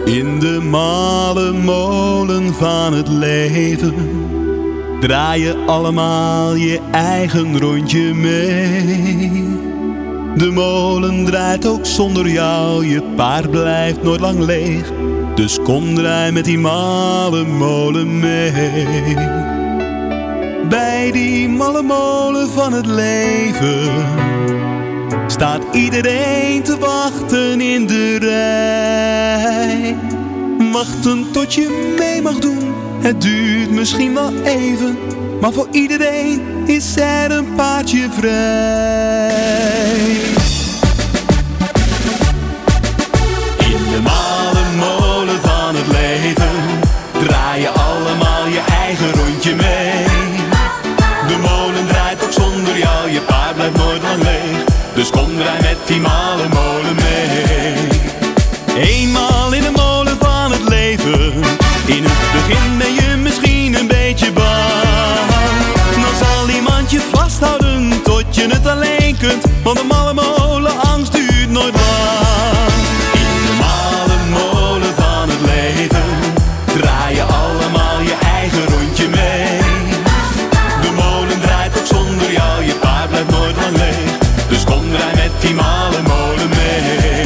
In de malle molen van het leven draai je allemaal je eigen rondje mee. De molen draait ook zonder jou, je paard blijft nooit lang leeg. Dus kom draai met die malle molen mee. Bij die malle molen van het leven staat iedereen te wachten in de rij. Wachten tot je mee mag doen, het duurt misschien wel even, maar voor iedereen is er een paardje vrij. In de malle molen van het leven draai je allemaal je eigen rondje mee. De molen draait ook zonder jou, je paard blijft nooit lang leeg. Dus kom draai met die malle molen mee. Eenmaal in de molen van het leven, in het begin ben je misschien een beetje bang. Dan zal iemand je vasthouden tot je het alleen kunt, want de malle molen angst duurt nooit lang. In de malle molen van het leven draai je allemaal je eigen rondje mee. De molen draait ook zonder jou, je paard blijft nooit lang leeg. Dus kom draai met die malle molen mee.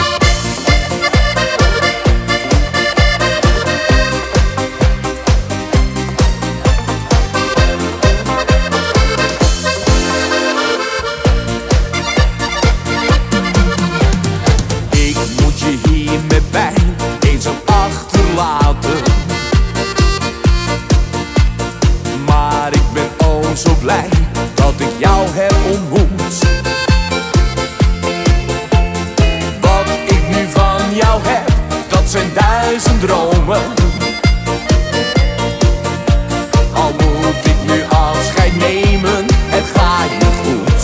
Ik moet je hier met pijn eenzaam achterlaten, maar ik ben oh zo blij dat ik jou heb ontmoet. Wat ik nu van jou heb, dat zijn 1000 dromen. Al moet ik nu afscheid nemen, het gaat je goed.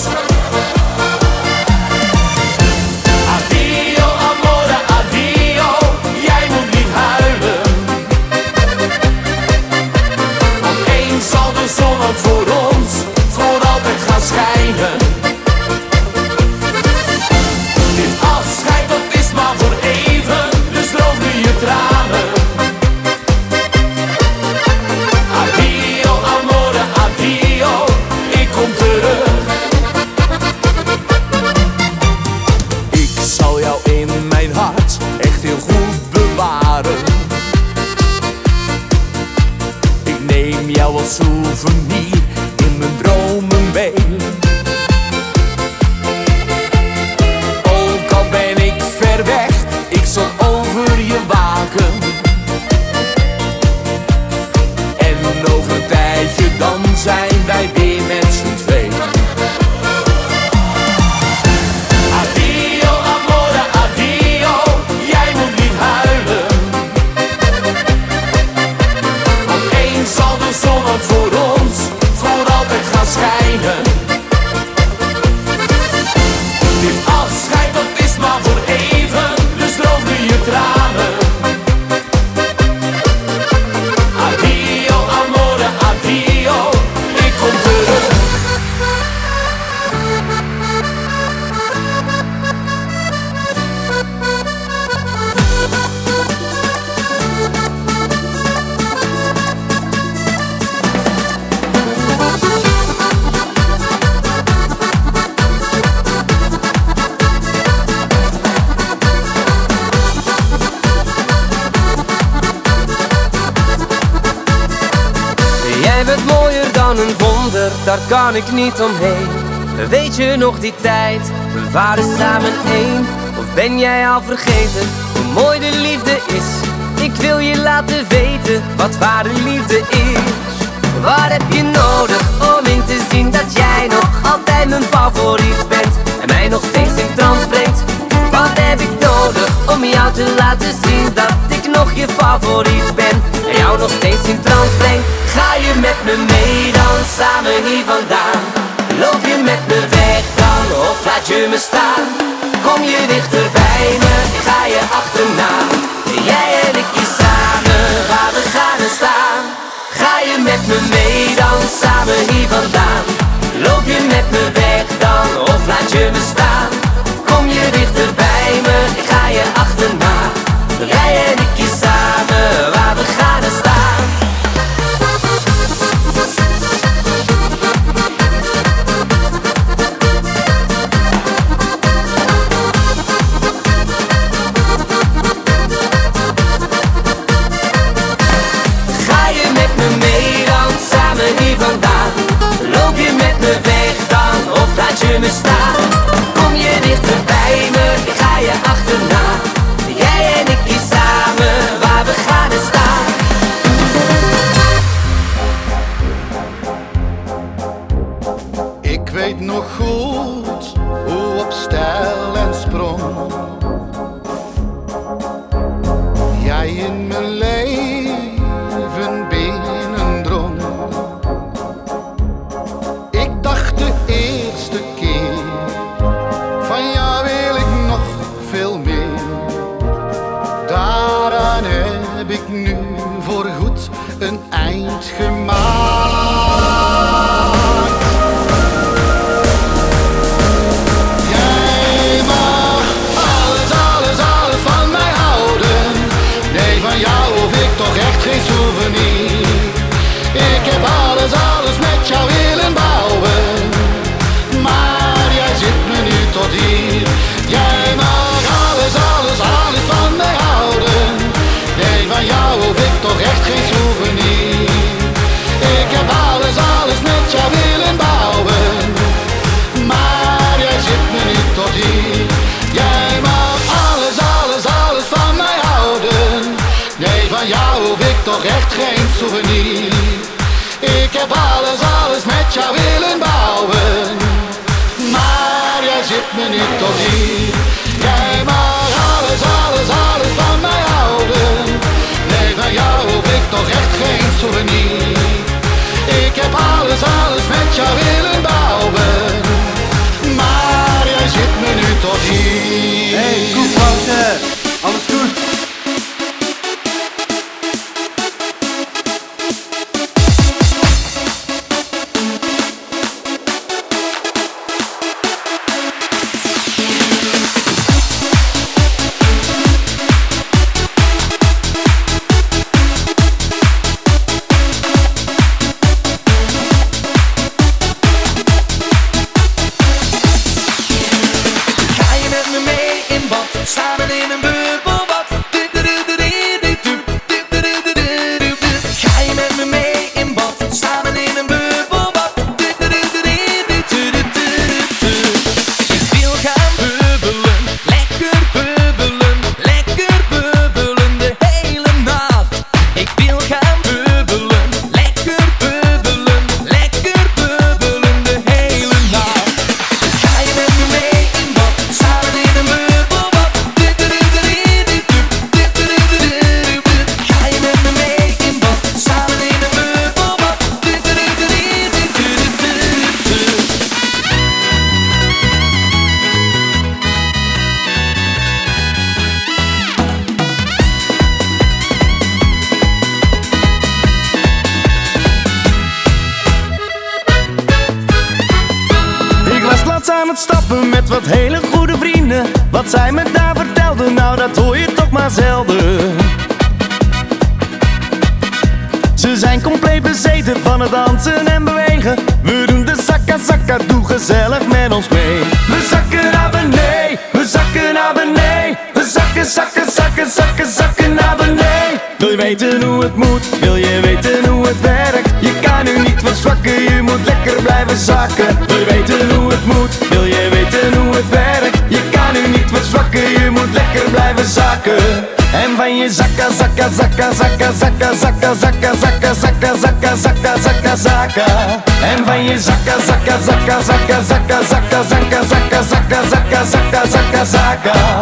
Addio amore, addio, jij moet niet huilen. Want eens zal de zon ook voor ons voor altijd gaan schijnen. Dit afscheid dat is maar voor even, dus droog nu je tranen. Addio amore, addio, ik kom terug. Ik zal jou in mijn hart echt heel goed bewaren. Ik neem jou als souvenir in mijn dromen mee. Ook al ben ik ver weg, ik zal over je waken. En over een tijdje dan zijn wij weer met z'n twee. Addio amore, addio, jij moet niet huilen. Want eens zal de zon ook voor ons voor altijd gaan schijnen. Dit afscheid dat is maar voor even, dus droog nu je tranen. Addio amore, addio, ik kom terug. Jij bent mooier dan een wonder, daar kan ik niet omheen. Weet je nog die tijd, we waren samen één? Of ben jij al vergeten hoe mooi de liefde is? Ik wil je laten weten wat ware liefde is. Wat heb je nodig om in te zien dat jij nog altijd mijn favoriet bent en mij nog steeds in trance brengt? Wat heb ik nodig om jou te laten zien dat ik nog je favoriet ben en jou nog steeds in trance breng? Ga je met me mee dan, samen hier vandaan? Loop je met me weg dan, of laat je me staan? Kom je dichter bij me, ga je achterna? Jij en ik hier samen, waar we gaan en staan. Ga je met me mee dan, samen hier vandaan? Loop je met me weg dan, of laat je me staan? Kom je dichter bij me, ga je achterna? Jij en ik weet nog goed hoe op stijl en sprong jij in mijn leven binnendrong. Ik dacht de eerste keer, van jou wil ik nog veel meer. Daaraan heb ik nu voorgoed een eind gemaakt. Jij mag alles, alles, alles van mij houden. Nee, van jou hoef ik toch echt geen souvenir. Ik heb alles, alles met jou willen bouwen, maar jij zit me nu tot hier. Jij mag alles, alles, alles van mij houden. Nee, van jou hoef ik toch echt geen souvenir. Ik heb alles, alles met jou willen bouwen, maar jij zit me nu tot hier. Jij mag alles, alles, alles van mij houden. Nee, van jou hoef ik toch echt geen souvenir. Ik heb alles, alles met jou willen bouwen, maar jij zit me nu tot hier. Jij mag alles, alles, alles van mij houden. Nee, van jou hoef ik toch echt geen souvenir. Ik heb alles, alles met jou willen bouwen, maar jij zit me nu tot hier. Hey, goed Wouter, alles goed? Samen in een bubbelbad. Ga je met me mee in bad? Samen in een bubbelbad. Ik wil gaan bubbelen, lekker bubbelen, lekker bubbelen de hele nacht. Ik wil gaan bubbelen, lekker bubbelen, lekker bubbelen de hele nacht. Ga je met me mee in bad? Samen in een bubbelbad. Aan het stappen met wat hele goede vrienden. Wat zij me daar vertelden, nou dat hoor je toch maar zelden. Ze zijn compleet bezeten van het dansen en bewegen. We doen de zakka zakka, doe gezellig met ons mee. We zakken naar beneden, we zakken naar beneden. We zakken, zakken, zakken, zakken, zakken naar beneden. Wil je weten hoe het moet, wil je weten hoe het werkt? Je kan nu niet wat zwakken, je moet lekker blijven zakken. Wil je weten hoe het moet, wil je weten hoe het werkt? Je kan nu niet wat zwakken, je moet lekker blijven zakken. En van je zakka, zakka, zakka, zakka, zakka, zakka, zakka, zakka, zakka, zakka, zakka, zakka, zakka. En van je zakka, zakka, zakka, zakka, zakka, zakka, zakka, zakka, zakka, zakka, zakka, zakka, zakka.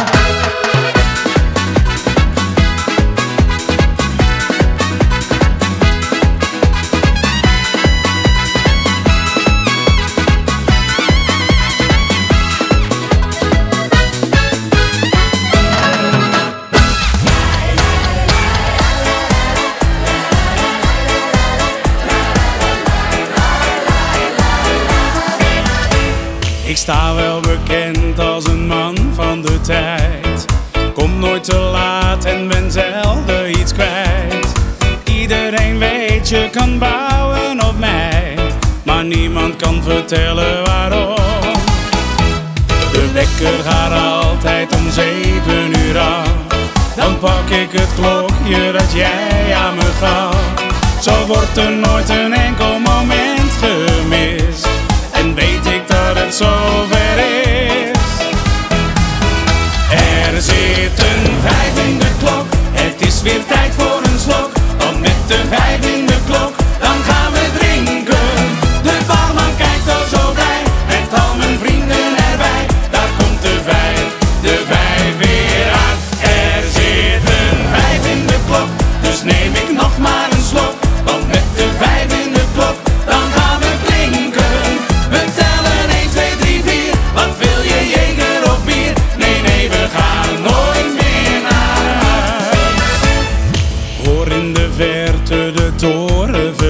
Ik sta wel bekend als een man van de tijd. Kom nooit te laat en ben zelden iets kwijt. Iedereen weet je kan bouwen op mij, maar niemand kan vertellen waarom. De wekker gaat altijd om 7 uur af. Dan pak ik het klokje dat jij aan me gaf. Zo wordt er nooit een enkel moment gemist. En weet ik dat het zover is. Er zit een 5 in de klok. Het is weer tijd voor een slok. Want met de 5 in de klok, dan gaan we drinken. De barman kijkt al zo blij. En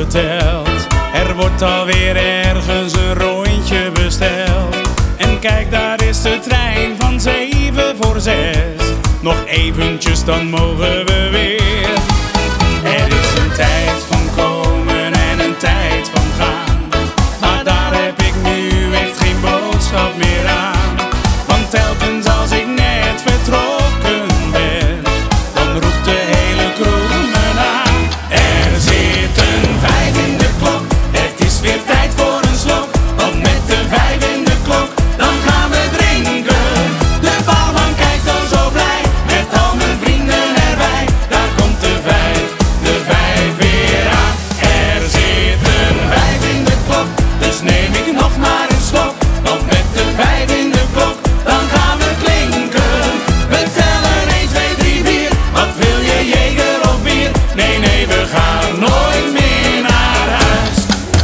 geteld. Er wordt alweer ergens een rondje besteld. En kijk, daar is de trein van 7:45. Nog eventjes, dan mogen we weer. Er is een tijd van komen en een tijd van gaan. Maar daar heb ik nu echt geen boodschap meer aan. Want telkens als ik net vertrokken ben, dan roept de hele kroeg me na. Er zit een 5 in de klok, het is weer tijd voor een slok. Want met de 5 in de klok, dan gaan we drinken. De barman kijkt dan zo blij, met al mijn vrienden erbij. Daar komt de 5 weer aan. Er zit een 5 in de klok, dus neem ik nog maar een slok. Want met de 5 in de klok, dan gaan we klinken. We tellen 1, 2, 3, 4. Wat wil je, jeger of bier? Nee, nee, we gaan nooit meer naar huis.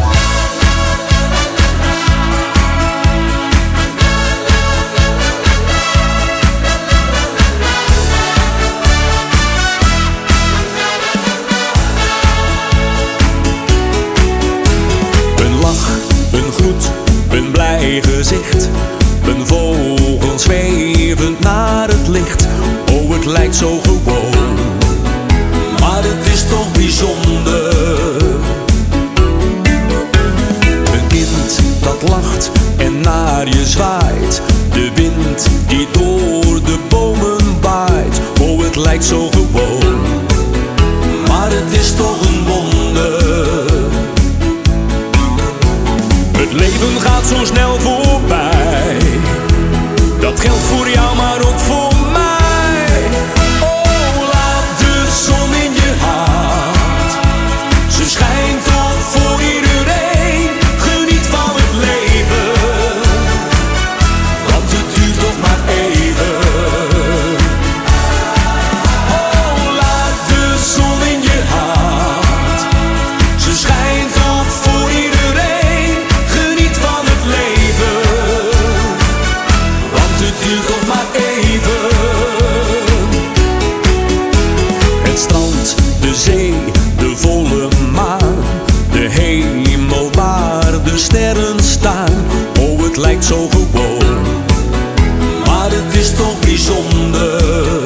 Een lach, een groet, een blij gezicht. Een vogel zwevend naar het licht. Oh, het lijkt zo gewoon, maar het is toch bijzonder. Een kind dat lacht en naar je zwaait. De wind die door de bomen waait. Oh, het lijkt zo gewoon, maar het is toch een wonder. Het leven gaat zo snel voorbij. Dat geldt voor jou, maar ook voor mij. Oh, laat de zon in je hart. Ze schijnt toch voor iedereen. Geniet van het leven, want het duurt toch maar even. Oh, laat de zon in je hart. Ze schijnt toch voor iedereen. Geniet van het leven, want het duurt toch maar even. Het strand, de zee, de volle maan. De hemel waar de sterren staan. Oh, het lijkt zo gewoon, maar het is toch bijzonder.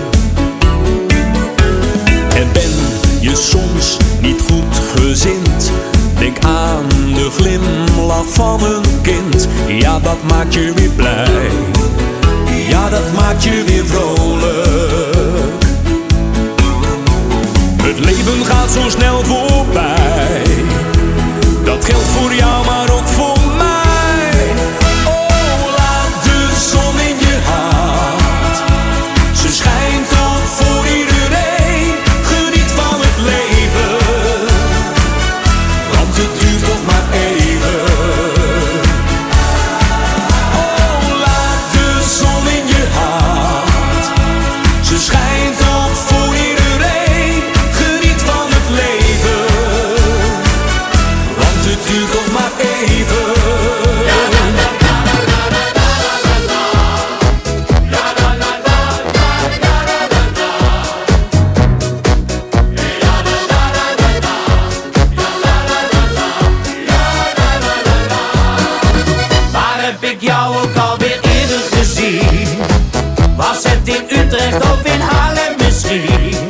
En ben je soms niet goed gezind? Denk aan de glimlach van een kind. Ja, dat maakt je weer blij. Ja, dat maakt je weer vrolijk. Het leven gaat zo snel voorbij. Dat geldt voor jou, maar ook voor mij. Oh, laat de zon in je hart. Ze schijnt toch voor iedereen. Geniet van het leven, want het duurt toch maar even. Oh, laat de zon in je hart. Ze schijnt toch voor iedereen. Geniet van het leven, want het duurt toch maar even. Waar heb ik jou ook alweer eerder gezien? Was het in Utrecht of in Haarlem misschien?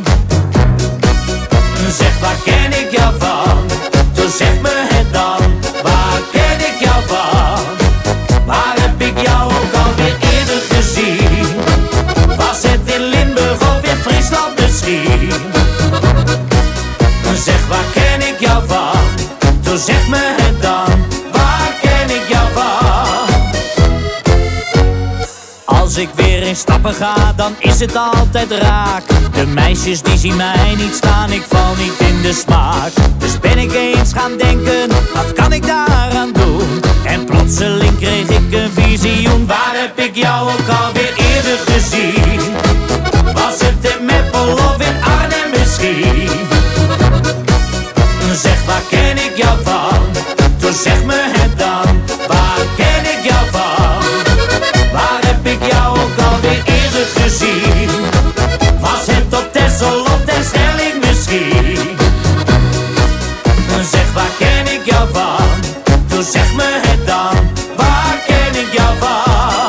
Zeg, waar ken ik jou van? Toen zeg me het dan, waar ken ik jou van? Waar heb ik jou ook alweer eerder gezien? Was het in Limburg of in Friesland misschien? Zeg, waar ken ik jou van? Toen zeg me het dan, waar ken ik jou van? Als ik weer in stappen ga, dan is het altijd raak. De meisjes die zien mij niet staan, ik val niet in de smaak. Dus ben ik eens gaan denken, wat kan ik daaraan doen? En plotseling kreeg ik een visioen. Waar heb ik jou ook alweer eerder gezien? Was het in Meppel of in Arnhem misschien? Zeg, waar ken ik jou van? Toen zeg me het dan, waar ken ik jou van? Waar heb ik jou ook alweer eerder gezien? Was het op Texel of Terschelling misschien? Zeg, jou van? Toen zeg me het dan, waar ken ik jou van?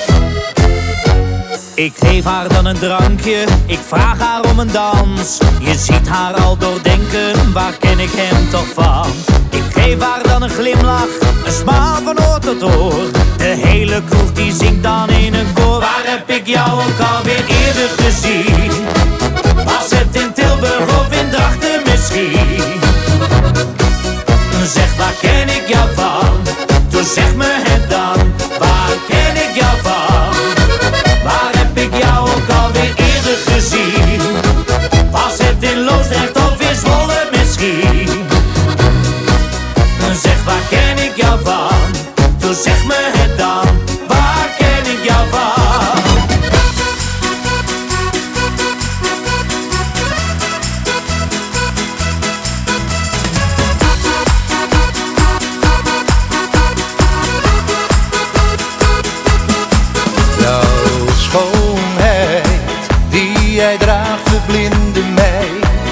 Ik geef haar dan een drankje, ik vraag haar om een dans. Je ziet haar al doordenken, waar ken ik hem toch van? Ik geef haar dan een glimlach, een smaal van oor tot oor. De hele kroeg die zingt dan in een koor. Waar heb ik jou ook alweer eerder gezien? Was het in Tilburg of in Drachten misschien? Zeg, waar ken ik jou van? Toen zeg me het dan, waar ken ik jou van? Waar heb ik jou ook alweer eerder gezien? Was het in Loosdrecht of in Zwolle misschien? Zeg, waar ken ik jou van? Toen zeg me het dan, waar ken ik jou van? Jouw schoonheid die jij draagt verblindde mij.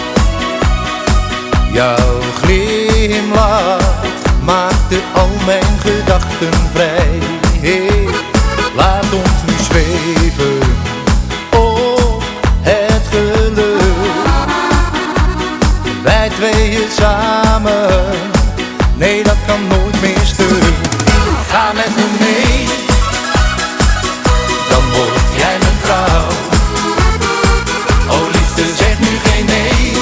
Jouw glimlach maakte al mijn gedachten vrij. Hey, laat ons nu zweven op het geluk. Wij tweeën samen, nee dat kan nooit meer stuk. Ga met me mee, dan word jij mijn vrouw. Oh liefde, zeg nu geen nee,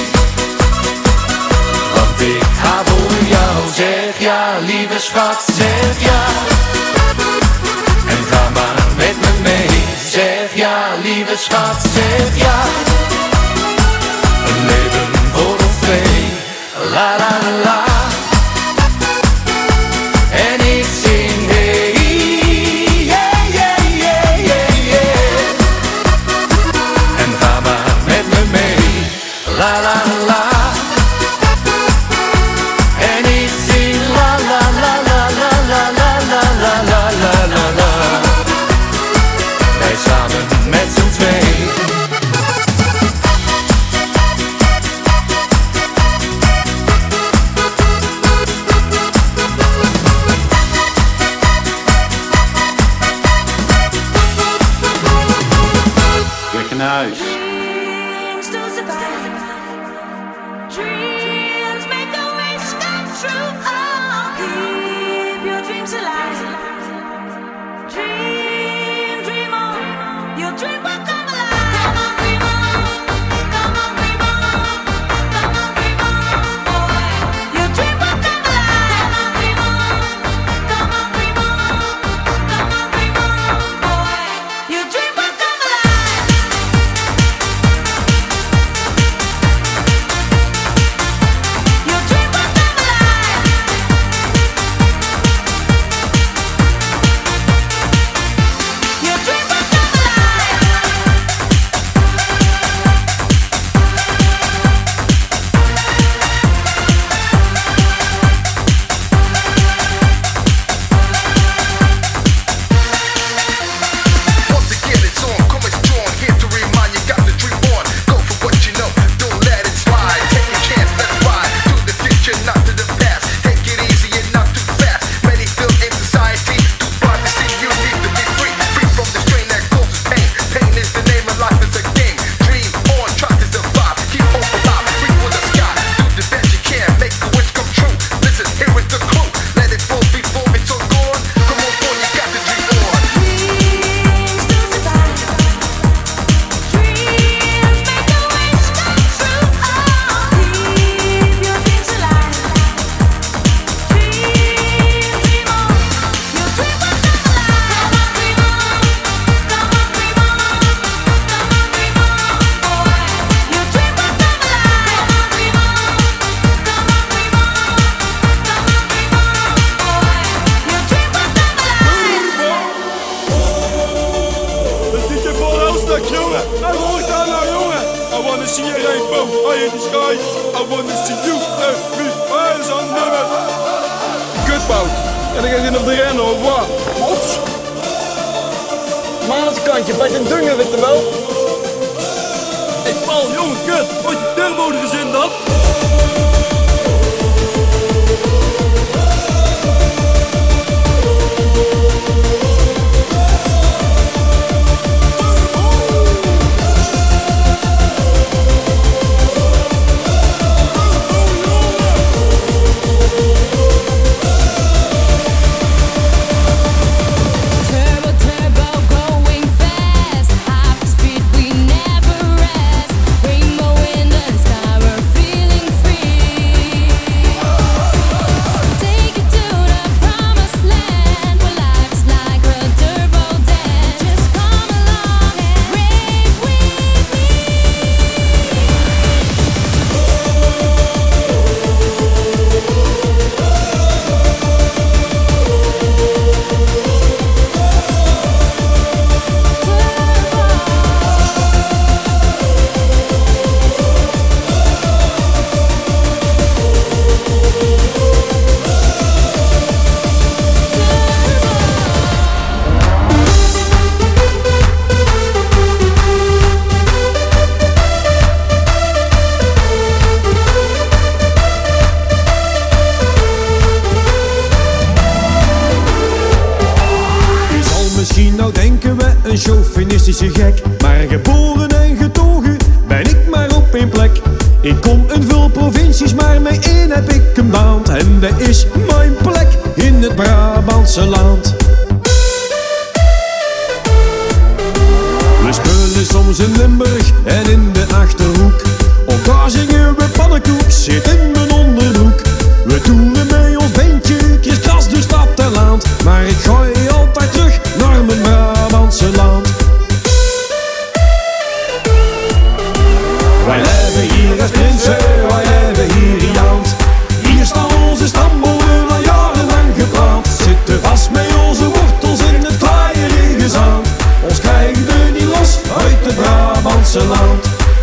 want ik ga voor jou. Zeg ja, lieve schat, zeg ja. En ga maar met me mee. Zeg ja, lieve schat, zeg ja. Een leven voor ons twee, la la la la. En ik zing hey, yeah, yeah, yeah, yeah, yeah. En ga maar met me mee, la la la. En ik zing la la la la la la la la la la la la. Wij samen met z'n twee. Lekker naar huis. Dreams don't survive. Dreams make a wish come true. Oh, keep your dreams alive. Dream, dream on. Your dream will come alive. Come on, dream on. Come on, dream on. Come on, dream on, boy. Your dream will come alive. Come on, dream on. Come on, dream on. Come on, dream on, boy. Your dream will come alive. Your dream will come alive. Your dream will come Once again, it's on, coming strong. Here to remind you, got the dream on. Go for what you know, don't let it slide. Take a chance, let's ride to the future, not to the past. Take it easy and not too fast. Many feel in society, too blind to see you need to be free. Free from the strain that causes pain. Pain is the name of life, it's a game. Dream on, try to survive. Keep hope alive, reach for the sky. Do the best you can, make a wish come true. Listen, here is the clue. Let it fall before it's all gone. Come on, boy, you got the dream on. Dreams don't survive. Dreams make a wish come true. Oh, keep your dreams alive. Dream, dream on. Your dream will come alive. Come on, dream on. Come on, dream on. Come on, dream on, boy. Your dream will come alive. Come on, dream on. Come on, dream on. Come on, dream on, boy. Your dream will come alive. Dat is DJ Paul Elstak, jongen. Hij hoort daar nou, jongen. I wanna see a rainbow, high in the sky. I wanna see you and me. Hij is aan het nummer. Kutbout. En dan gaat hij nog de rennen, of wat? Ops. Maaskantje, bij een dunger, weet je wel. Hey Paul, jongen, kut. Wat je turbo er is in dan? een chauvinistische gek, maar geboren en getogen ben ik maar op één plek. Ik kom in veel provincies, maar mee één heb ik een baand. En dat is mijn plek in het Brabantse land. We spelen soms in Limburg en in de Achterhoek. Of daar zingen we pannenkoek, zit in mijn onderbroek. We toeren met ons bandje, kriskras door stad en land. Maar ik gooi altijd terug naar mijn Brabantse land. Wij leven hier als prinsen, wij leven hier in Jant. Hier staan onze stambomen al jarenlang geplant. Zitten vast met onze wortels in het klaaierige zand. Ons krijgen we niet los uit het Brabantse land.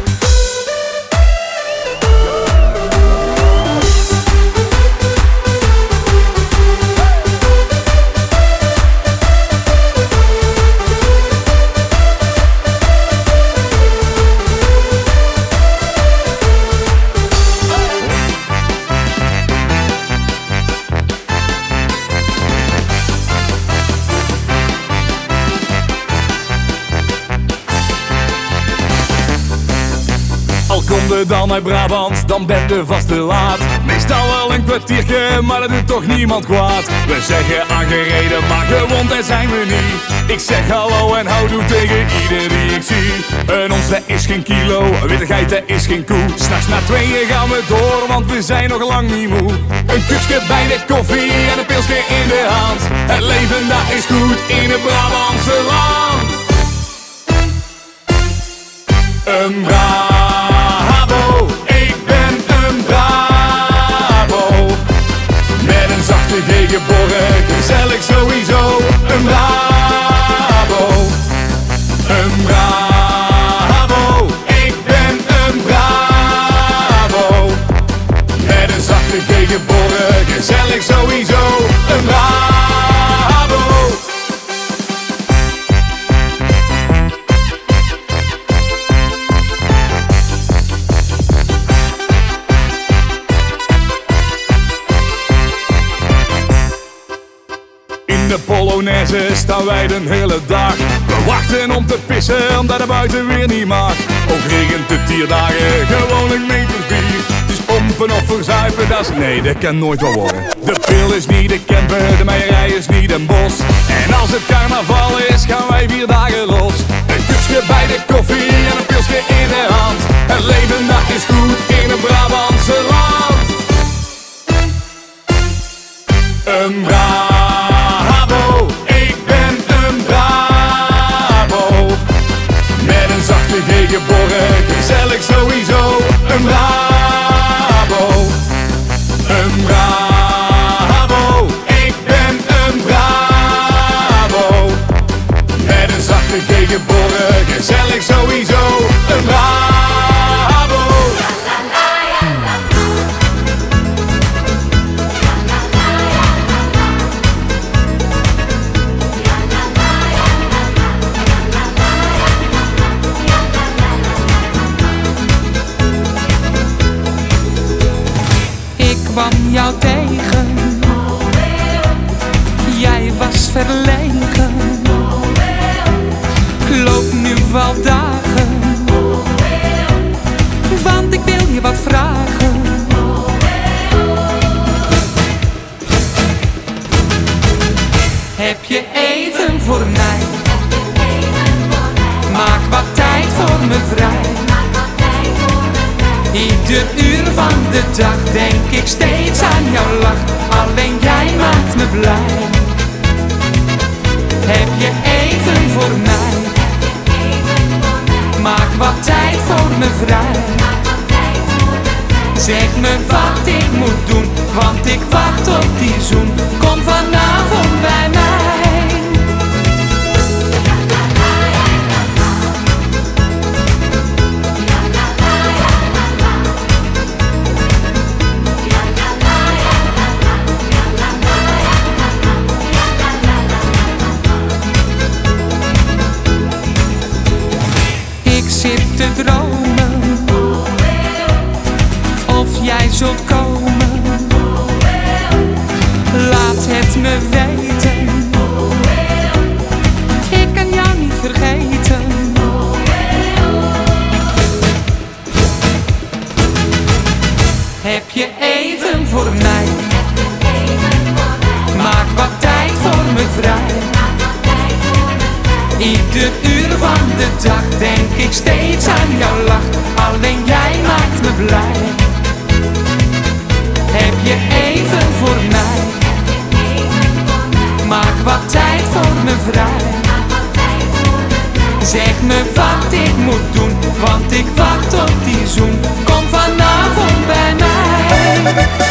Kom je dan uit Brabant, dan ben je vast te laat. Meestal wel een kwartiertje, maar dat doet toch niemand kwaad. We zeggen aangereden, maar gewond zijn we niet. Ik zeg hallo en houdoe tegen ieder die ik zie. Een ons, dat is geen kilo, een witte geit, dat is geen koe. S'nachts na tweeën gaan we door, want we zijn nog lang niet moe. Een kutsje bij de koffie en een pilsje in de hand. Het leven dat is goed in het Brabantse land. Een Brabo, ik ben een Brabo. Met een zachte G geboren, gezellig sowieso. Een Brabo, een Brabo. Ik ben een Brabo. Met een zachte G geboren, gezellig sowieso. Een Brabo. In de Polonaise staan wij de hele dag. We wachten om te pissen omdat het buiten weer niet mag. Ook regent het 4 dagen, gewoonlijk meters bier. Dus pompen of verzuipen, dat is nee, dat kan nooit wel worden. De pil is niet de camper, de meierij is niet een bos. En als het carnaval is, gaan wij 4 dagen los. Een kutsje bij de koffie en een pilsje in de hand. Het leven dat is goed in het Brabantse land. Een Brabo, ik ben een Brabo. Met een zachte G geboren, gezellig sowieso. Een Brabo, een Brabo. Ik ben een Brabo. Met een zachte G geboren, gezellig sowieso. Een Brabo. Kwam jou tegen, jij was verlegen. Ik loop nu al dagen, want ik wil je wat vragen. Heb je even voor mij? Maak wat tijd voor me vrij. Ieder uur van de dag denk ik steeds aan jouw lach. Alleen jij maakt me blij. Heb je even voor mij? Maak wat tijd voor me vrij. Zeg me wat ik moet doen, want ik wacht op die zoen. Kom vanavond bij mij. Zit te dromen of jij zult komen. Laat het me weten. Ik kan jou niet vergeten. denk ik steeds aan jouw lach. Alleen jij maakt me blij. Heb je even voor mij? Maak wat tijd voor me vrij. Zeg me wat ik moet doen, want ik wacht op die zoen. Kom vanavond bij mij.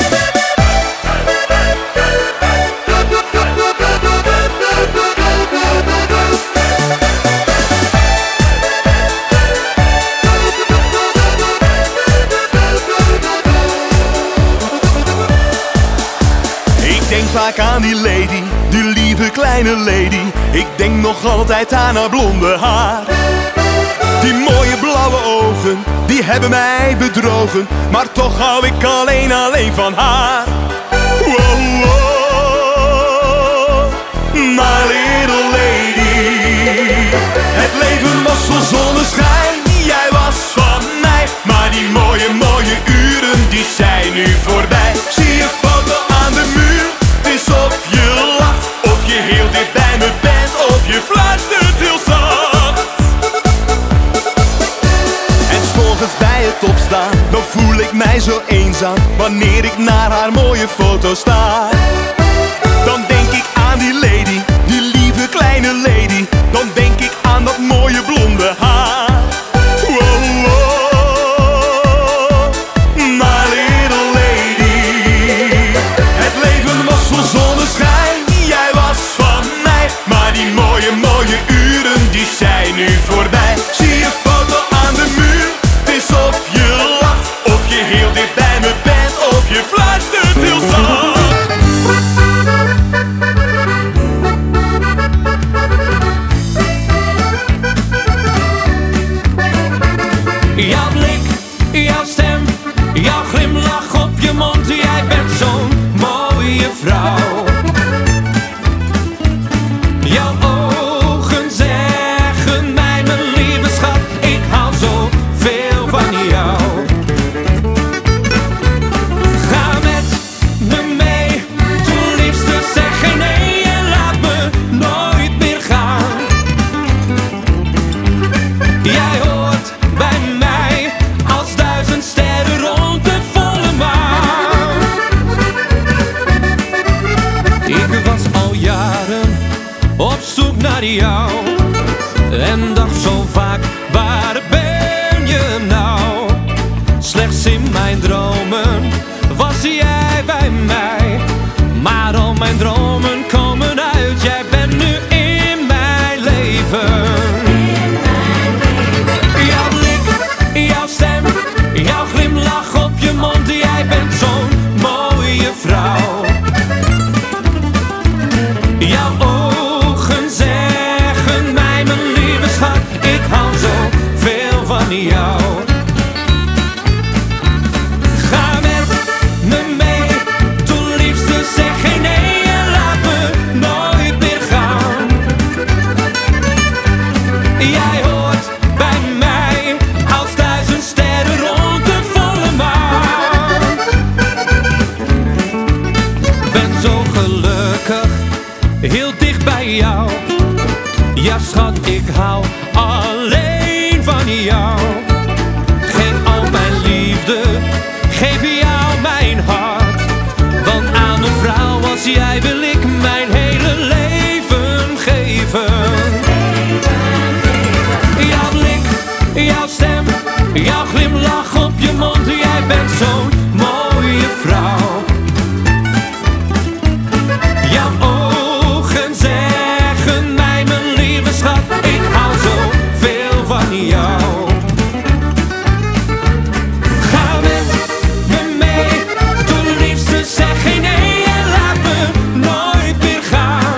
Ik denk vaak aan die lady, die lieve kleine lady. Ik denk nog altijd aan haar blonde haar. Die mooie blauwe ogen, die hebben mij bedrogen. Maar toch hou ik alleen van haar. Wow, wow, my little lady. Het leven was vol zonneschijn, jij was van mij. Maar die mooie uren, die zijn nu voorbij. Zie je foto aan de muur, het is of je lacht, of je heel dicht bij me bent, of je fluistert heel zacht. En 's morgens bij het opstaan, dan voel ik mij zo eenzaam. Wanneer ik naar haar mooie foto sta, dan denk ik aan die lady, die lieve kleine lady. Dan denk ik aan dat mooie blonde haar. Wow, wow, my little lady. Het leven was vol zonneschijn, jij was van mij. Maar die mooie uren, die zijn nu voorbij. Zie je foto aan de muur, het is of je lacht, of je heel dicht bij me bent, of je fluistert heel zacht. Jouw blik, jouw stem, jouw glimlach op je mond. Jij bent zo'n mooie vrouw. Jouw ogen zeggen mij, mijn lieve schat, ik hou zo veel van jou. Ga met me mee, toen liefste, zeg geen nee en laat me nooit meer gaan. Jij hoort bij mij als 1000 sterren rond de volle maan. Ik was al jaren op zoek naar jou en dacht zo vaak, waar ben je nou? Slechts in mijn dromen was jij bij mij, maar al mijn dromen komen uit. Jij bent nu in mijn leven. Jouw blik, jouw stem, jouw glimlach op je mond. Jij bent zo'n mooie vrouw. Jouw ogen zeggen mij, mijn lieve schat, ik hou zo veel van jou. Ga met me mee, toen liefste, zeg geen nee en laat me nooit meer gaan. Jij hoort bij mij als 1000 sterren rond de volle maan. Ben zo gelukkig, heel dicht bij jou. Ja schat, ik hou alleen van jou. Geef al mijn liefde, geef jou mijn hart. Want aan een vrouw als jij wil ik mijn hele leven geven. Jouw blik, jouw stem, jouw glimlach op je mond. Jij bent zo'n mooie vrouw. Jouw ogen zeggen mij, mijn lieve schat, ik hou zo veel van jou. Ga met me mee, toen liefste, zeg geen nee en laat me nooit meer gaan.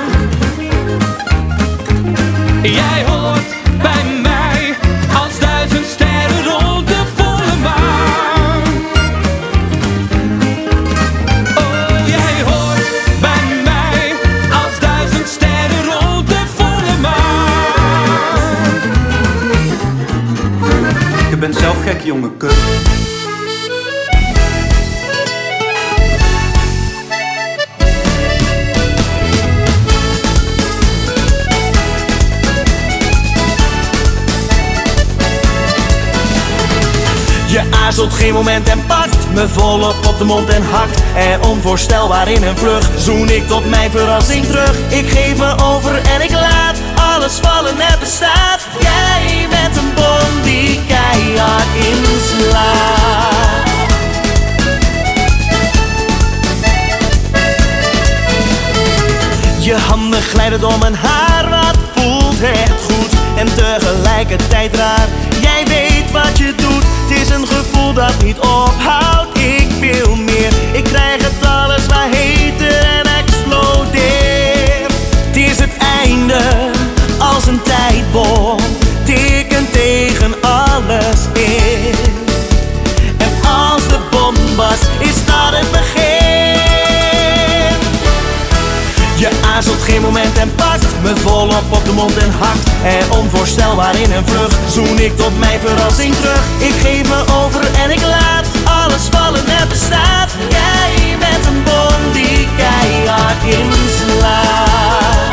Jij hoort bij mij als 1000 sterren rond de volle maan. Oh, jij hoort bij mij als 1000 sterren rond de volle maan. Je bent zelf gek, jonge kut. aarzelt geen moment en pakt me volop op de mond en hakt er onvoorstelbaar in een vlucht. Zoen ik tot mijn verrassing terug. Ik geef me over en ik laat alles vallen, het bestaat. Jij bent een bom die keihard inslaat. Je handen glijden door mijn haar, wat voelt het goed en tegelijkertijd raar. Jij weet wat je doet, het is een gevoel dat niet ophoudt. Ik wil meer, ik krijg het alles maar heter en explodeer. Het is het einde, als een tijdbom, tikkend tegen alles in. En als de bom was, is dat het begin. Je aarzelt geen moment en pakt me volop op de mond en hakt er onvoorstelbaar in een vlucht. Zoen ik tot mijn verrassing terug. Ik geef me over en ik laat alles vallen, het bestaat. Jij bent een bom die keihard inslaat.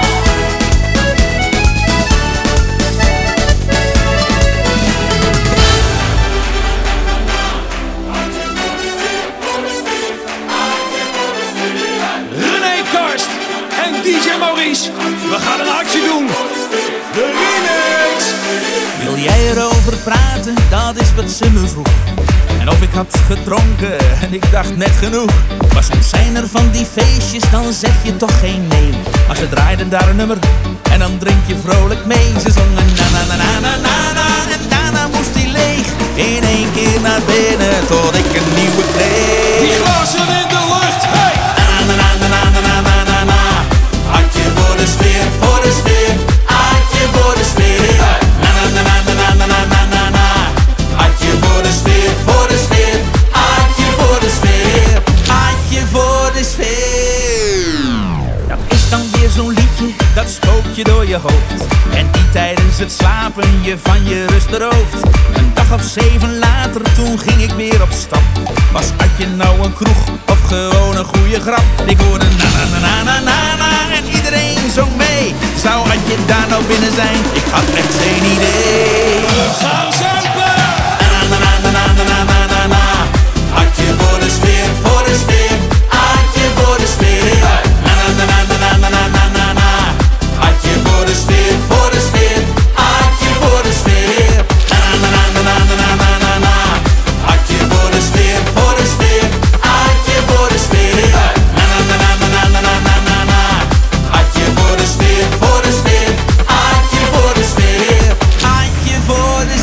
DJ Maurice, we gaan een actie doen. De remix. Wil jij erover praten? Dat is wat ze me vroeg. En of ik had gedronken en ik dacht net genoeg. Maar soms zijn er van die feestjes, dan zeg je toch geen nee. Maar ze draaiden daar een nummer en dan drink je vrolijk mee. Ze zongen na na na na na na na en daarna moest hij leeg. In één keer naar binnen tot ik een nieuwe kreeg. Die glazen in de lucht, hey! Na na na na na na na na na. Hartje voor de sfeer, voor de sfeer. Hartje voor de sfeer. Na na na na na na na na na na. Hartje voor de sfeer, voor de sfeer. Hartje voor de sfeer. Hartje voor de sfeer. Dat is dan weer zo'n liedje, dat spookt je door je hoofd. En die tijdens het slapen je van je rust berooft. Een dag of 7 later, toen ging ik weer op stap. Was Adje nou een kroeg of gewoon een goede grap? Ik hoorde na na na na na na na en iedereen zong mee. Zou Adje daar nou binnen zijn? Ik had echt geen idee. We gaan zuipen! Na na na na na na na na na. Adje voor de sfeer, voor de sfeer. Adje voor de sfeer. Na na na na na na na na na na. Adje voor de sfeer, voor de sfeer. Adje voor de sfeer. Na na na na na na na na na. Adje voor de sfeer, voor de sfeer. Adje voor de sfeer. Na na na na na na na na na na. Adje voor de sfeer, voor de sfeer. Adje voor de sfeer. Adje voor de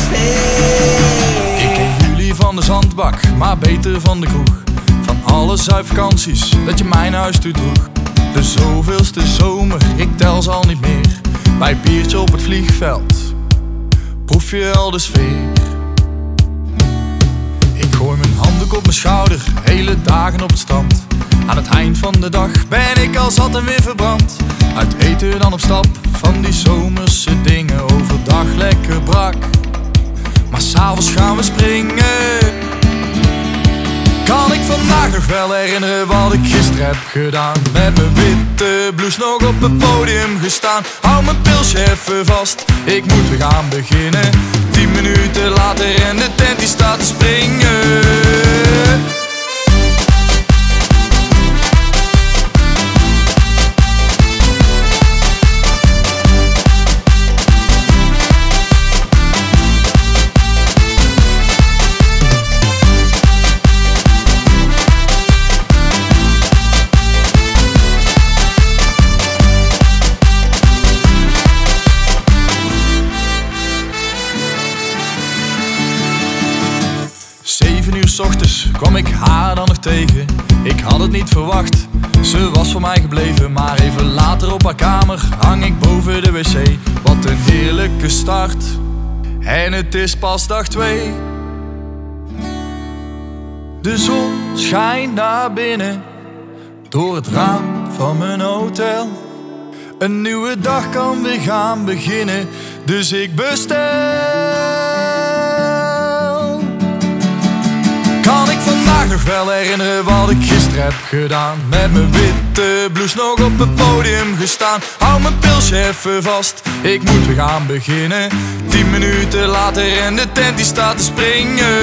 sfeer. Ik ken jullie van de zandbak, maar beter van de kroeg. Van alle zuipvakanties dat je mijn huis toe droeg. De zoveelste zomer, ik tel ze al niet meer. Bij biertje op het vliegveld proef je al de sfeer. Ik gooi mijn handdoek op mijn schouder, hele dagen op het strand. Aan het eind van de dag ben ik al zat en weer verbrand. Uit eten dan op stap, van die zomerse dingen. Overdag lekker brak, maar s'avonds gaan we springen. Kan ik vandaag nog wel herinneren wat ik gisteren heb gedaan? Met mijn witte blouse nog op het podium gestaan. Hou mijn pilsje even vast, ik moet weer gaan beginnen. 10 minuten later en de tent die staat te springen. Ochtends kwam ik haar dan nog tegen. Ik had het niet verwacht, ze was voor mij gebleven. Maar even later op haar kamer hang ik boven de wc. Wat een heerlijke start, en het is pas dag 2. De zon schijnt naar binnen, door het raam van mijn hotel. Een nieuwe dag kan weer gaan beginnen, dus ik bestel. Kan ik vandaag nog wel herinneren wat ik gisteren heb gedaan? Met mijn wit met de blues nog op het podium gestaan. Hou mijn pilsje even vast, ik moet weer gaan beginnen. 10 minuten later en de tent die staat te springen.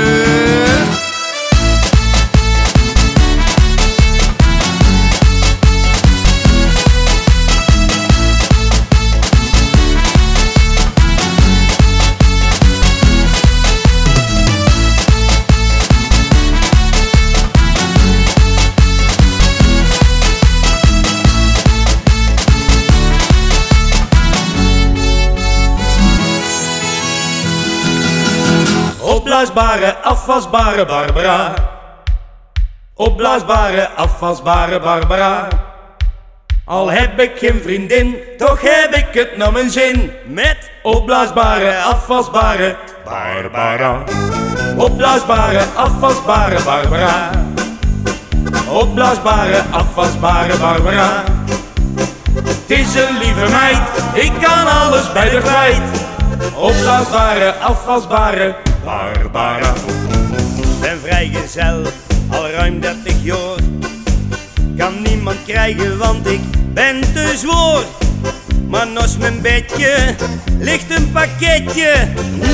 Opblaasbare, afwasbare Barbara. Opblaasbare, afwasbare Barbara. Al heb ik geen vriendin, toch heb ik het naar mijn zin. Met opblaasbare, afwasbare Barbara. Opblaasbare, afwasbare Barbara. Opblaasbare, afwasbare Barbara. Het is een lieve meid, ik kan alles bij de kwijt. Opblaasbare, afwasbare Barbara. Ben vrijgezel, al ruim 30 jaar. Kan niemand krijgen, want ik ben te zwoer. Maar naast mijn bedje ligt een pakketje.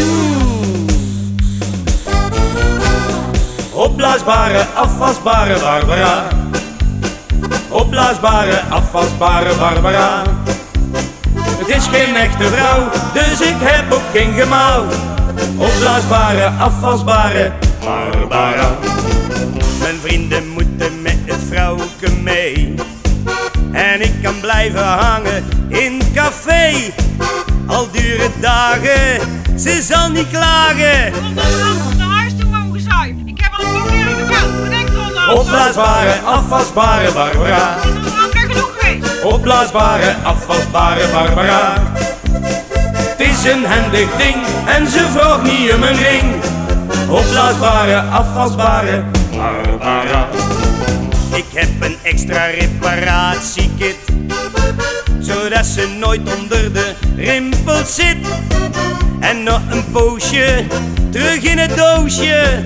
Opblaasbare, afwasbare Barbara. Opblaasbare, afwasbare Barbara. Het is geen echte vrouw, dus ik heb ook geen gemouw. Opblaasbare, afwasbare Barbara. Mijn vrienden moeten met het vrouwke mee. En ik kan blijven hangen in café. Al duren dagen, ze zal niet klagen. Naar huis toe mogen zijn. Ik heb al een paar keer gebeld. Bedenk eronder. Opblaasbare, afwasbare Barbara. Is het lang genoeg geweest? Opblaasbare, afwasbare Barbara. Het is een handig ding en ze vraagt niet om een ring. Opblaasbare, afwasbare Barbara. Ik heb een extra reparatiekit, zodat ze nooit onder de rimpels zit. En nog een poosje terug in het doosje.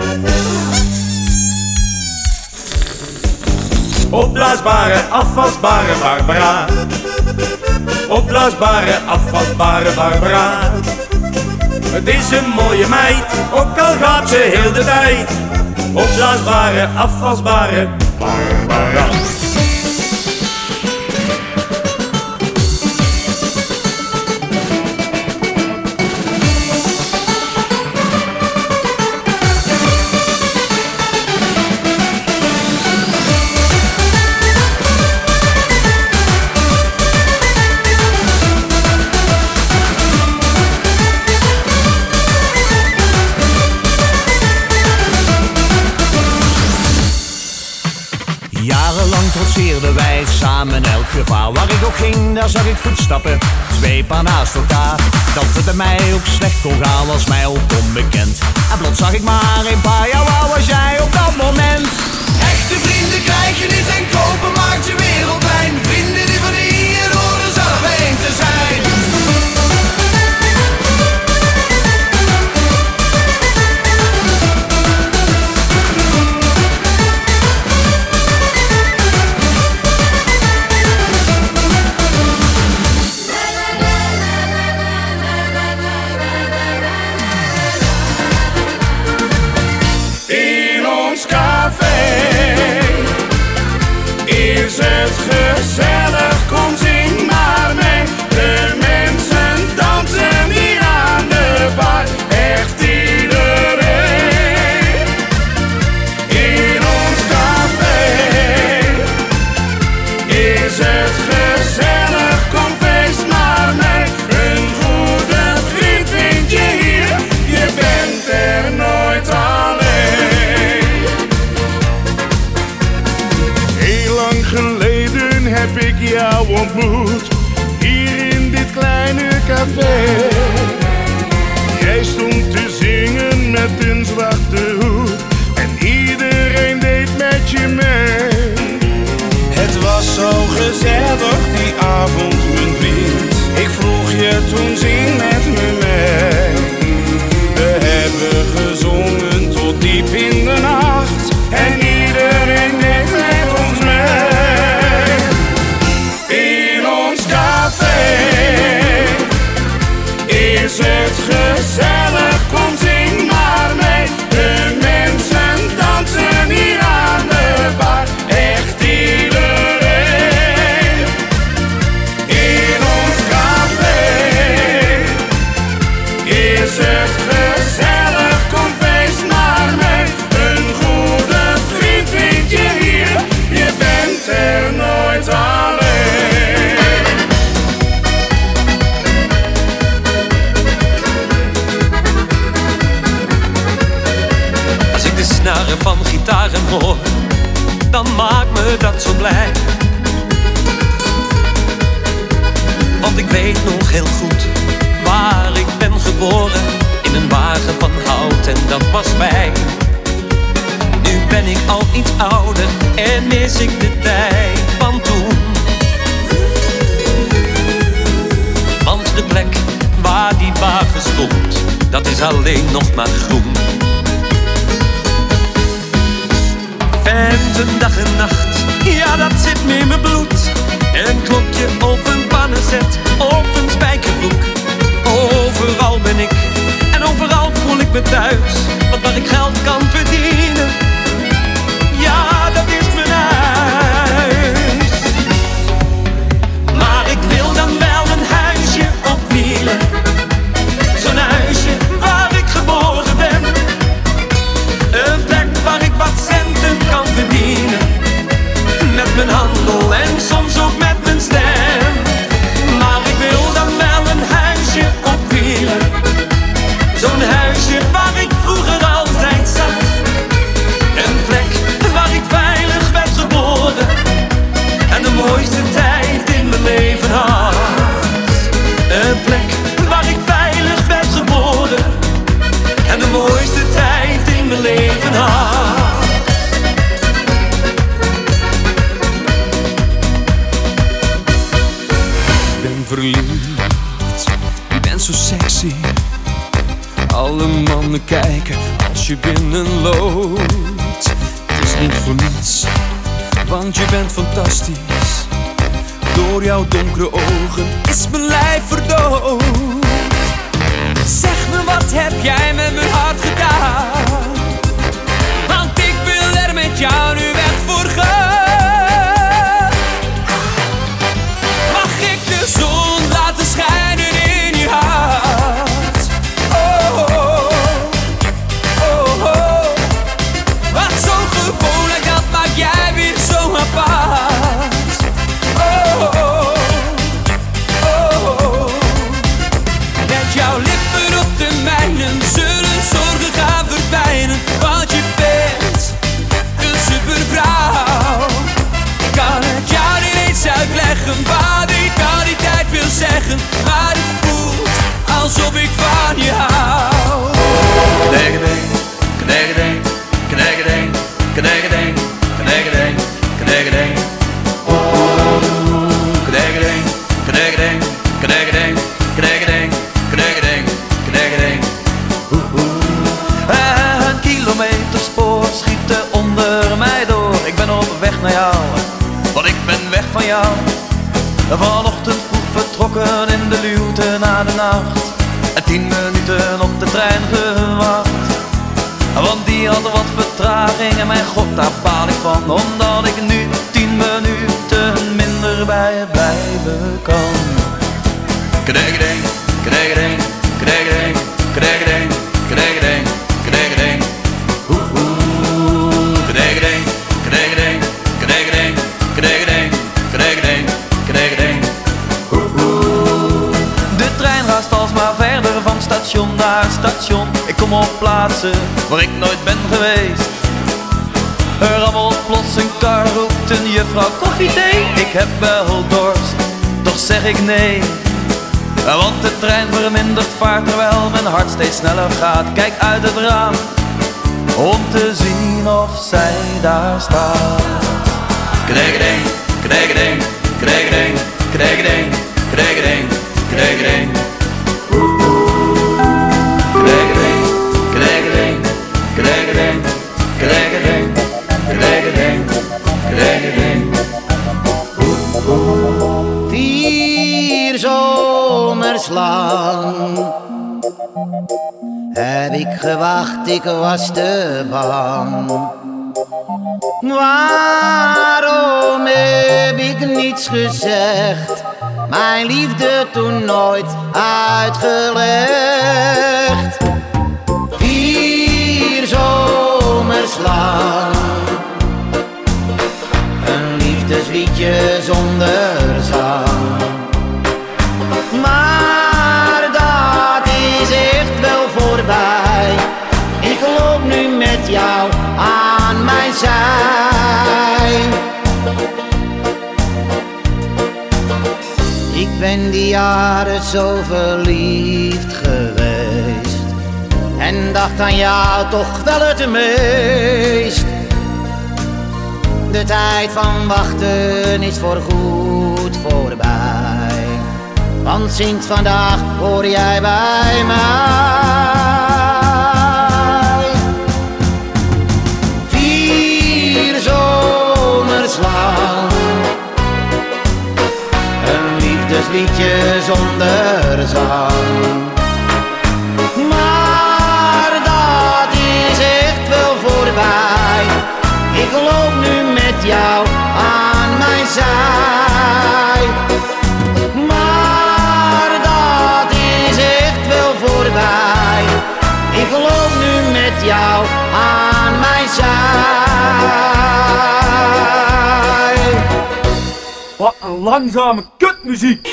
Opblaasbare, afwasbare Barbara. Opblaasbare, afwasbare Barbara. Het is een mooie meid, ook al gaat ze heel de tijd. Opblaasbare, afwasbare Barbara. Jarenlang trotseerden wij samen elk gevaar. Waar ik ook ging, daar zag ik voetstappen, 2 paar naast elkaar. Dat het bij mij ook slecht kon gaan, was mij ook onbekend. En plots zag ik maar een paar, ja waar was jij op dat moment? Echte vrienden krijg je niet en kopen maakt je wereldwijn. Vrienden die verdienen je door er zelf heen te zijn. In ons café is het gezellig, kom zing maar mee. De mensen dansen hier aan de bar, echt iedereen. In ons café is het gezellig, kom feest maar mee. Een goede vriend vind je hier, je bent er nooit alleen. Heel lang geleden heb ik jou ontmoet, hier in dit kleine café. Jij stond te zingen met een zwarte hoed en iedereen deed met je mee. Het was zo gezellig die avond, mijn vriend. Ik vroeg je toen, zing met me mee. We hebben gezongen tot diep in de nacht en iedereen deed met ons mee. was fijn. Nu ben ik al iets ouder en mis ik de tijd van toen. Want de plek waar die wagen stond, dat is alleen nog maar groen. Venten dag en nacht, ja dat zit me in mijn bloed. Een klokje of een pannenzet of een spijkerbroek. Overal ben ik en overal voel ik me thuis. Want waar ik geld kan verdienen, ja dat is mijn huis. Maar ik wil dan wel een huisje op wielen. Zo'n huisje waar ik geboren ben. Een plek waar ik wat centen kan verdienen. Met mijn handel en soms ook met mijn stem. Maar ik wil dan wel een huisje op wielen. Zo'n huisje waar ik vroeger altijd zat. Een plek waar ik veilig werd geboren. En de mooiste tijd in mijn leven had. Een plek waar ik veilig werd geboren. En de mooiste tijd in mijn leven had. Verliefd, je bent zo sexy. Alle mannen kijken als je binnenloopt. Het is niet voor niets, want je bent fantastisch. Door jouw donkere ogen is mijn lijf verdoofd. Zeg me, wat heb jij met mijn hart gedaan? Want ik wil er met jou nu weg voor gaan. Mag ik de zon laten schijnen in je hart? Oh, oh, oh, oh. Wat zo gewoonlijk, dat maakt jij weer zo apart. Oh, oh, oh, oh. Met jouw lippen op de mijne zullen zorgen gaan verdwijnen. Want je bent een supervrouw. Ik kan het jou niet eens uitleggen wat ik al die tijd wil zeggen. Maar het voelt alsof ik van je hou. Knegedeng, knegedeng, knegedeng, knegedeng, knegedeng, knegedeng. Knegedeng, knegedeng, knegedeng, knegedeng, knegedeng, knegedeng. Een kilometerspoor schiet er onder mij door. Ik ben op weg naar jou, want ik ben weg van jou. Vanochtend vroeg vertrokken in de luwte na de nacht. En 10 minuten op de trein gewacht. Want die had wat vertraging en mijn god daar baal ik van. Omdat ik nu 10 minuten minder bij je blijven kan. Knegedeng, knegedeng, knegedeng, knegedeng, knegedeng, knegedeng. Knegedeng, knegedeng, knegedeng, knegedeng, knegedeng, knegedeng. De trein raast alsmaar verder van station naar station. Ik kom op plaatsen waar ik nooit ben geweest. Er rammelt plots een kar, roept een juffrouw koffie, thee. Ik heb wel dorst, toch zeg ik nee. Want de trein vermindert vaart terwijl mijn hart steeds sneller gaat. Kijk uit het raam om te zien of zij daar staat. Knegedeng, knegedeng, knegedeng, knegedeng, knegedeng, knegedeng. Knegedeng, knegedeng, knegedeng, knegedeng, knegedeng, knegedeng. 4 zomers lang heb ik gewacht, ik was te bang. Waarom heb ik niets gezegd? Mijn liefde toen nooit uitgelegd. 4 zomers lang, een liefdesliedje zonder zang. Maar dat is echt wel voorbij. Ik loop nu met jou aan mijn zij. Ik ben die jaren zo verliefd geweest. en dacht aan jou toch wel het meest. De tijd van wachten is voorgoed voorbij, want sinds vandaag hoor jij bij mij. 4 zomers lang, een liefdesliedje zonder zang. Maar dat is echt wel voorbij, ik loop nu met jou aan mijn zij. Maar dat is echt wel voorbij, ik loop nu met jou aan mijn zij. Wat een langzame kutmuziek.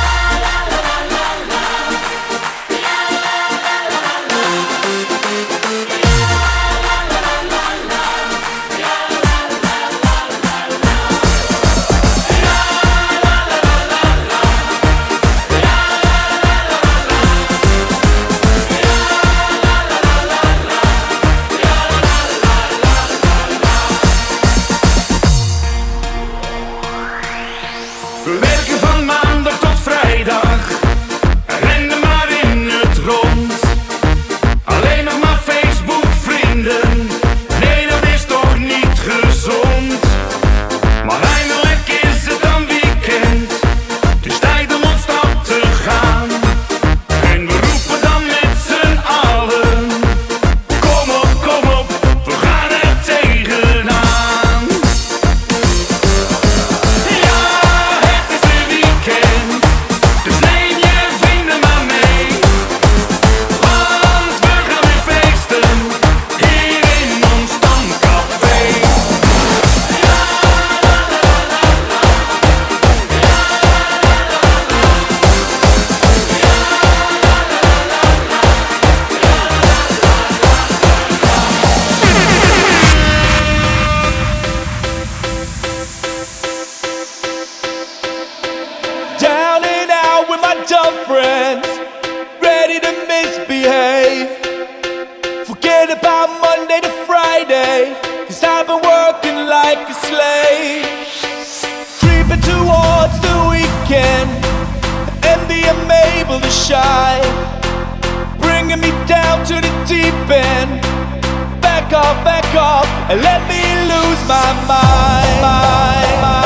We werken van maandag tot vrijdag, rennen maar in het rond. Alleen nog maar Facebook vrienden, nee dat is toch niet gezond. Maar eindelijk is het dan weekend, het is tijd om op stap te gaan. En we roepen dan met z'n allen, kom op, we gaan er tegenaan. Dus neem je vrienden maar mee, want we gaan weer feesten hier in ons stamcafé. Down and out with my dumb friends, ready to misbehave. Forget about Monday to Friday, 'cause I've been working like a slave. Creeping towards the weekend, and I'm able to shine, bringing me down to the deep end. Back off, and let me lose my mind.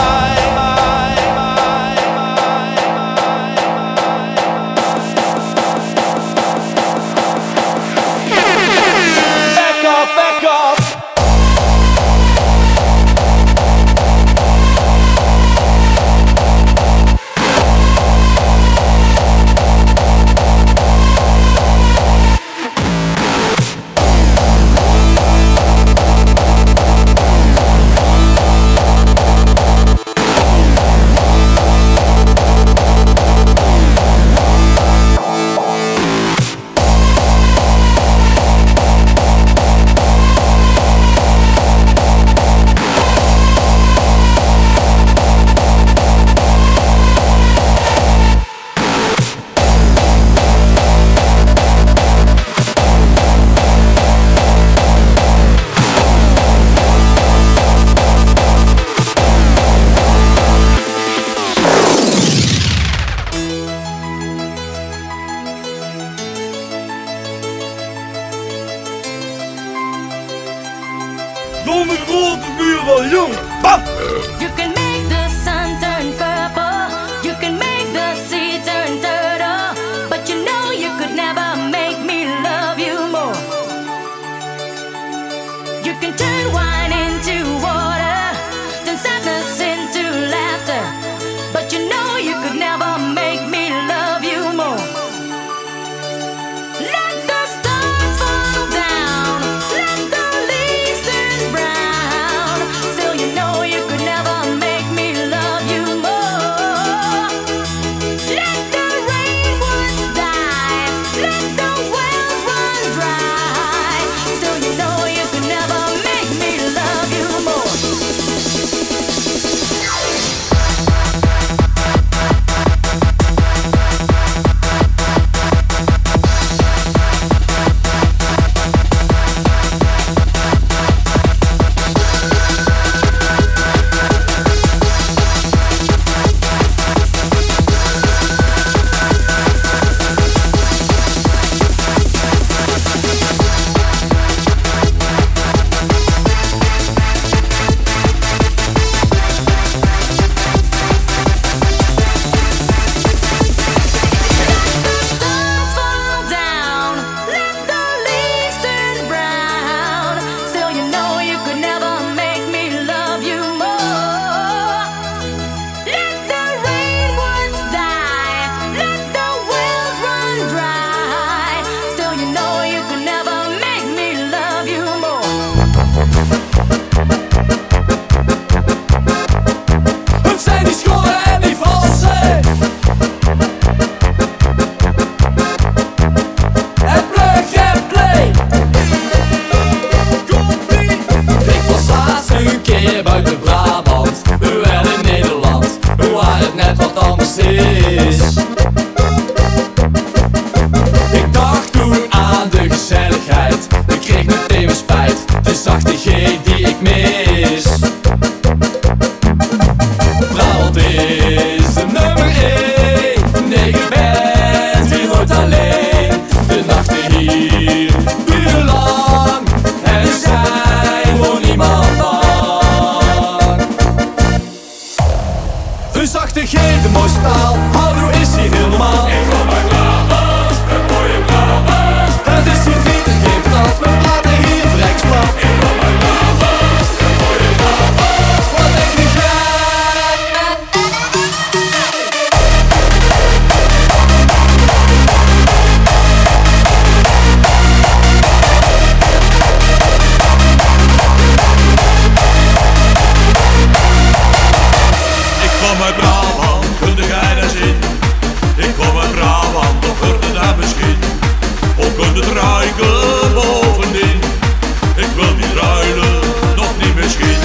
Back off. net wat anders is. Ik dacht toen aan de gezelligheid, ik kreeg meteen weer spijt, de zachte G die ik mis. Brabant is de nummer 1, nee je bent hier nooit alleen. De nachten hier duren lang en er zijn voor niemand bang. Een zachte G, de mooiste taal, houdoe is hier heel normaal. Ik kom uit Brabant, het mooie Brabant. Het is hier niet en geen stad, we praten hier vrijksplat. Ik kom uit Brabant, het mooie Brabant. Wat denk jij? Ik kom uit Brabant, kunde gij daar zien? Ik kom uit Brabant, of hoort het daar misschien? Of kunt het ruiken bovendien? Ik wil niet ruilen, nog niet misschien.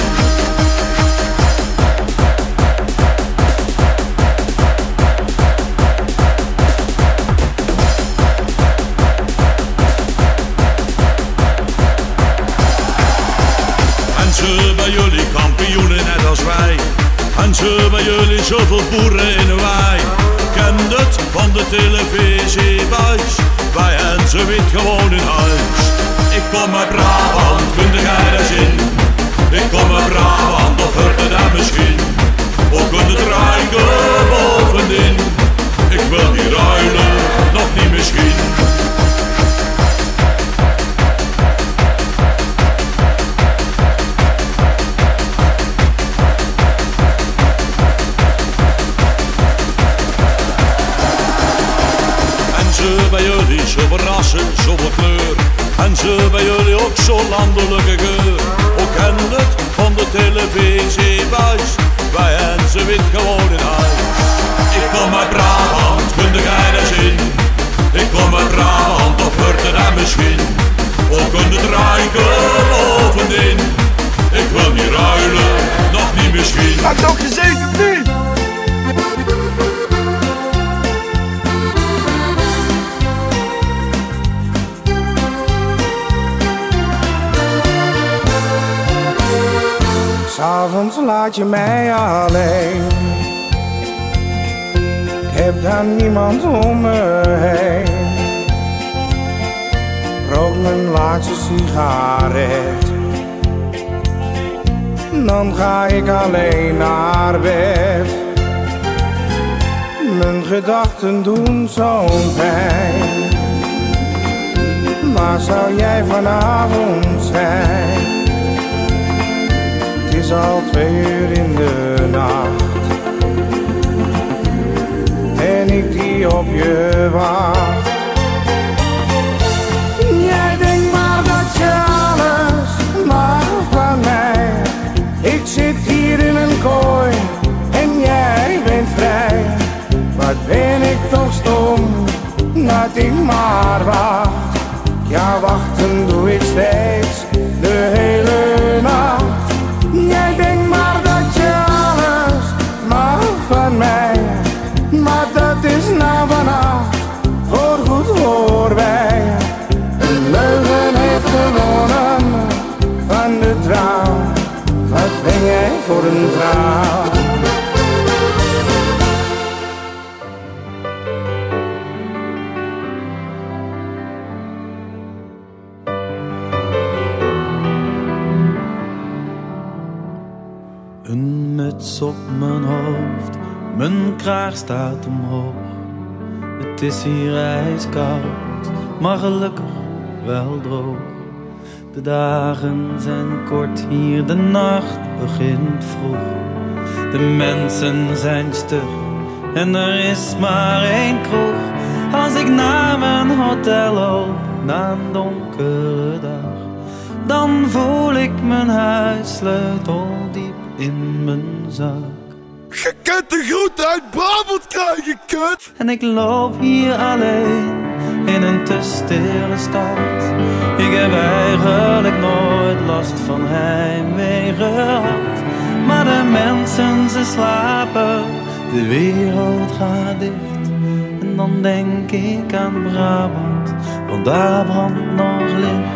En ze bij jullie kampioenen net als wij. En ze bij jullie zoveel boeren in de wei. Kent het van de televisiebuis. Wij en ze wit gewoon in huis. Ik kom uit Brabant, kunt gij daar zien? Ik kom uit Brabant, of hoort het daar misschien? Of kunt het ruiken bovendien? Ik wil niet ruilen, nog niet misschien. En ze bij jullie zoveel rassen, zoveel kleur. En ze bij jullie ook zo'n landelijke geur. Ook kent het van de televisiebuis. Wij en ze wit gewoon in huis. Ik kom uit Brabant, kunt gij daar zien? Ik kom uit Brabant, of hoort het daar misschien? Of kunt het ruiken bovendien? Ik wil niet ruilen, nog niet misschien. Had toch gezeten niet? S'avonds laat je mij alleen. Ik heb dan niemand om me heen. Rook mijn laatste sigaret. Dan ga ik alleen naar bed. Mijn gedachten doen zo'n pijn. Waar zou jij vanavond zijn? Het is al 2 uur in de nacht en ik die op je wacht. Jij denkt maar dat je alles mag van mij. Ik zit hier in een kooi en jij bent vrij. Wat ben ik toch stom dat ik maar wacht. Ja, wachten doe ik steeds de hele nacht. Jij denkt maar dat je alles mag van mij, maar dat is nou vannacht voorgoed voorbij. Een leugen heeft gewonnen van de trouw. Wat ben jij voor een vrouw? Een muts op mijn hoofd, mijn kraag staat omhoog. Het is hier ijskoud, maar gelukkig wel droog. De dagen zijn kort hier, de nacht begint vroeg. De mensen zijn stug en er is maar 1 kroeg. Als ik naar mijn hotel loop, na een donkere dag, dan voel ik mijn huissleutel diep in mijn zak. Je kunt de groet uit Brabant krijgen, kut! En ik loop hier alleen in een te stille stad. Ik heb eigenlijk nooit last van heimwee gehad. Maar de mensen, ze slapen, De wereld gaat dicht en dan denk ik aan Brabant, want daar brandt nog licht.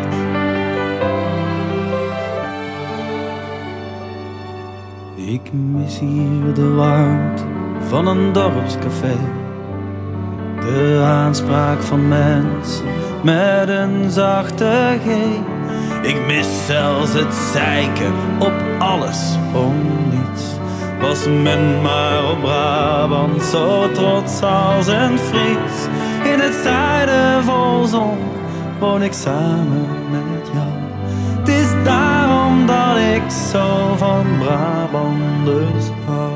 Ik mis hier de warmte van een dorpscafé, de aanspraak van mensen met een zachte G. Ik mis zelfs het zeiken op alles om niets. Was men maar op Brabant zo trots als een Fries. In het zuiden vol zon woon ik samen met jou. Het is daarom dat ik zo van Brabanders hou.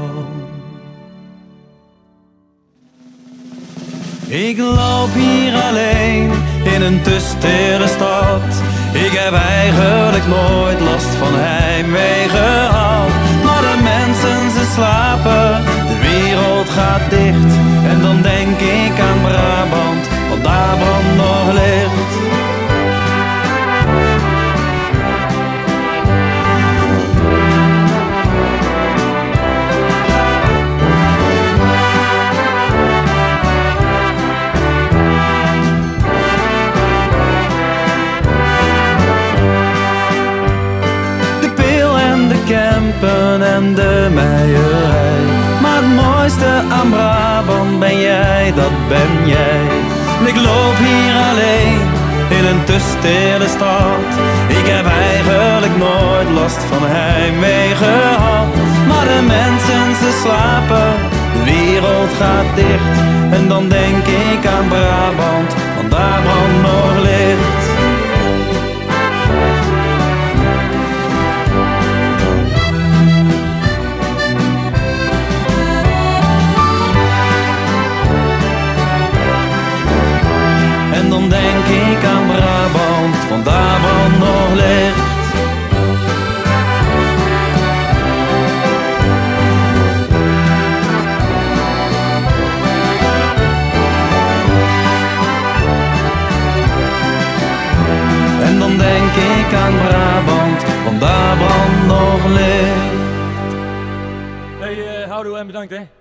Ik loop hier alleen in een te stille stad. Ik heb eigenlijk nooit last van heimwee gehad. Maar de mensen ze slapen, de wereld gaat dicht. En dan denk ik aan Brabant, want daar brandt nog licht. En de meierij. Maar het mooiste aan Brabant ben jij, dat ben jij. Ik loop hier alleen in een te stille stad. Ik heb eigenlijk nooit last van heimwee gehad. Maar de mensen ze slapen, de wereld gaat dicht. En dan denk ik aan Brabant, want daar brandt nog licht. En dan denk ik aan Brabant, want daar brandt nog licht. En dan denk ik aan Brabant, want daar brandt nog licht. Hey, houdoe en bedankt hè.